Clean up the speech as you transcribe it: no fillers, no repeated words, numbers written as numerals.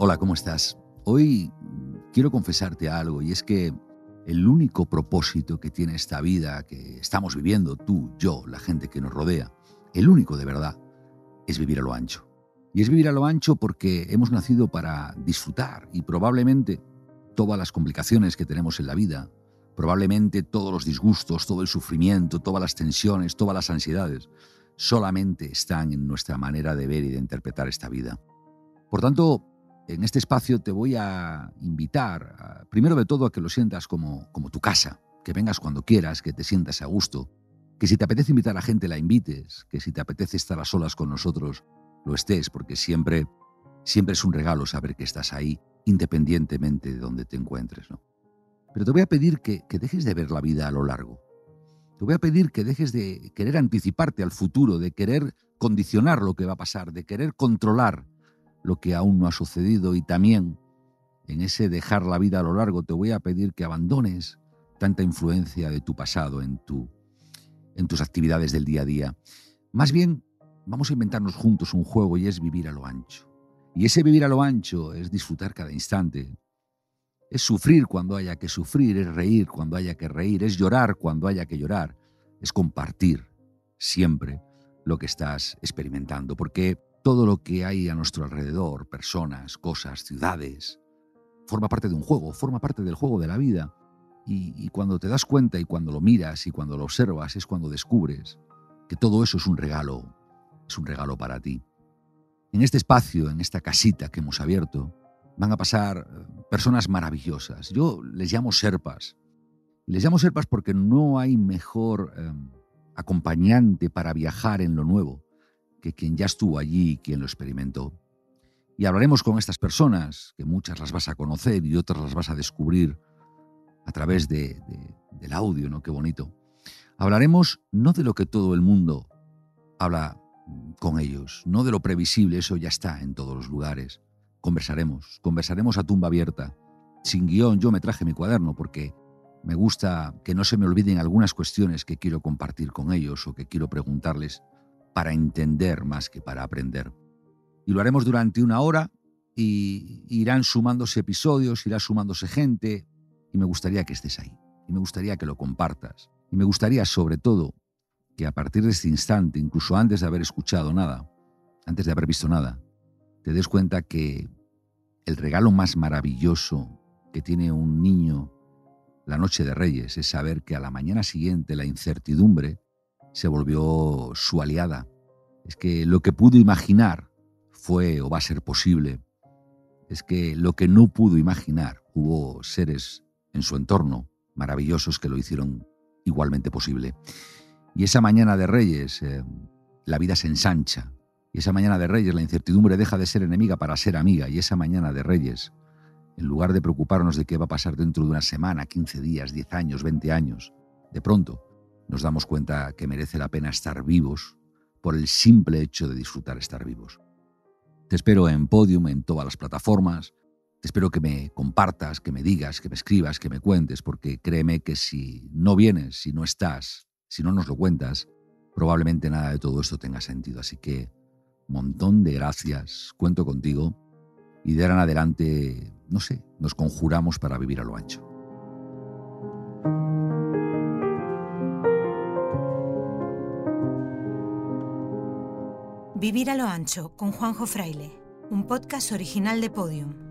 Hola, ¿cómo estás? Hoy quiero confesarte algo, y es que el único propósito que tiene esta vida que estamos viviendo, tú, yo, la gente que nos rodea, el único de verdad, es vivir a lo ancho. Y es vivir a lo ancho porque hemos nacido para disfrutar, y probablemente todas las complicaciones que tenemos en la vida, probablemente todos los disgustos, todo el sufrimiento, todas las tensiones, todas las ansiedades, solamente están en nuestra manera de ver y de interpretar esta vida. Por tanto, en este espacio te voy a invitar, primero de todo, a que lo sientas como tu casa, que vengas cuando quieras, que te sientas a gusto, que si te apetece invitar a gente la invites, que si te apetece estar a solas con nosotros lo estés, porque siempre es un regalo saber que estás ahí, independientemente de donde te encuentres, ¿no? Pero te voy a pedir que dejes de ver la vida a lo largo. Te voy a pedir que dejes de querer anticiparte al futuro, de querer condicionar lo que va a pasar, de querer controlar lo que aún no ha sucedido, y también en ese dejar la vida a lo largo te voy a pedir que abandones tanta influencia de tu pasado en tus actividades del día a día. Más bien, vamos a inventarnos juntos un juego, y es vivir a lo ancho. Y ese vivir a lo ancho es disfrutar cada instante, es sufrir cuando haya que sufrir, es reír cuando haya que reír, es llorar cuando haya que llorar, es compartir siempre lo que estás experimentando, porque todo lo que hay a nuestro alrededor, personas, cosas, ciudades, forma parte de un juego, forma parte del juego de la vida. Y cuando te das cuenta, y cuando lo miras, y cuando lo observas, es cuando descubres que todo eso es un regalo para ti. En este espacio, en esta casita que hemos abierto, van a pasar personas maravillosas. Yo les llamo Sherpas. Y les llamo Sherpas porque no hay mejor acompañante para viajar en lo nuevo que quien ya estuvo allí y quien lo experimentó. Y hablaremos con estas personas, que muchas las vas a conocer y otras las vas a descubrir a través del audio, ¿no? Qué bonito. Hablaremos no de lo que todo el mundo habla con ellos, no de lo previsible, eso ya está en todos los lugares. Conversaremos a tumba abierta, sin guión. Yo me traje mi cuaderno porque me gusta que no se me olviden algunas cuestiones que quiero compartir con ellos o que quiero preguntarles para entender más que para aprender. Y lo haremos durante 1 hora, y irán sumándose episodios, irá sumándose gente, y me gustaría que estés ahí, y me gustaría que lo compartas, y me gustaría sobre todo que a partir de este instante, incluso antes de haber escuchado nada, antes de haber visto nada, te des cuenta que el regalo más maravilloso que tiene un niño la noche de Reyes es saber que a la mañana siguiente la incertidumbre se volvió su aliada. Es que lo que pudo imaginar fue o va a ser posible. Es que lo que no pudo imaginar, hubo seres en su entorno maravillosos que lo hicieron igualmente posible. Y esa mañana de Reyes, la vida se ensancha. Y esa mañana de Reyes, la incertidumbre deja de ser enemiga para ser amiga. Y esa mañana de Reyes, en lugar de preocuparnos de qué va a pasar dentro de una semana, 15 días, 10 años, 20 años, de pronto nos damos cuenta que merece la pena estar vivos por el simple hecho de disfrutar estar vivos. Te espero en Podium, en todas las plataformas. Te espero que me compartas, que me digas, que me escribas, que me cuentes, porque créeme que si no vienes, si no estás, si no nos lo cuentas, probablemente nada de todo esto tenga sentido. Así que, montón de gracias, cuento contigo, y de ahora en adelante, no sé, nos conjuramos para vivir a lo ancho. Vivir a lo ancho con Juanjo Fraile, un podcast original de Podium.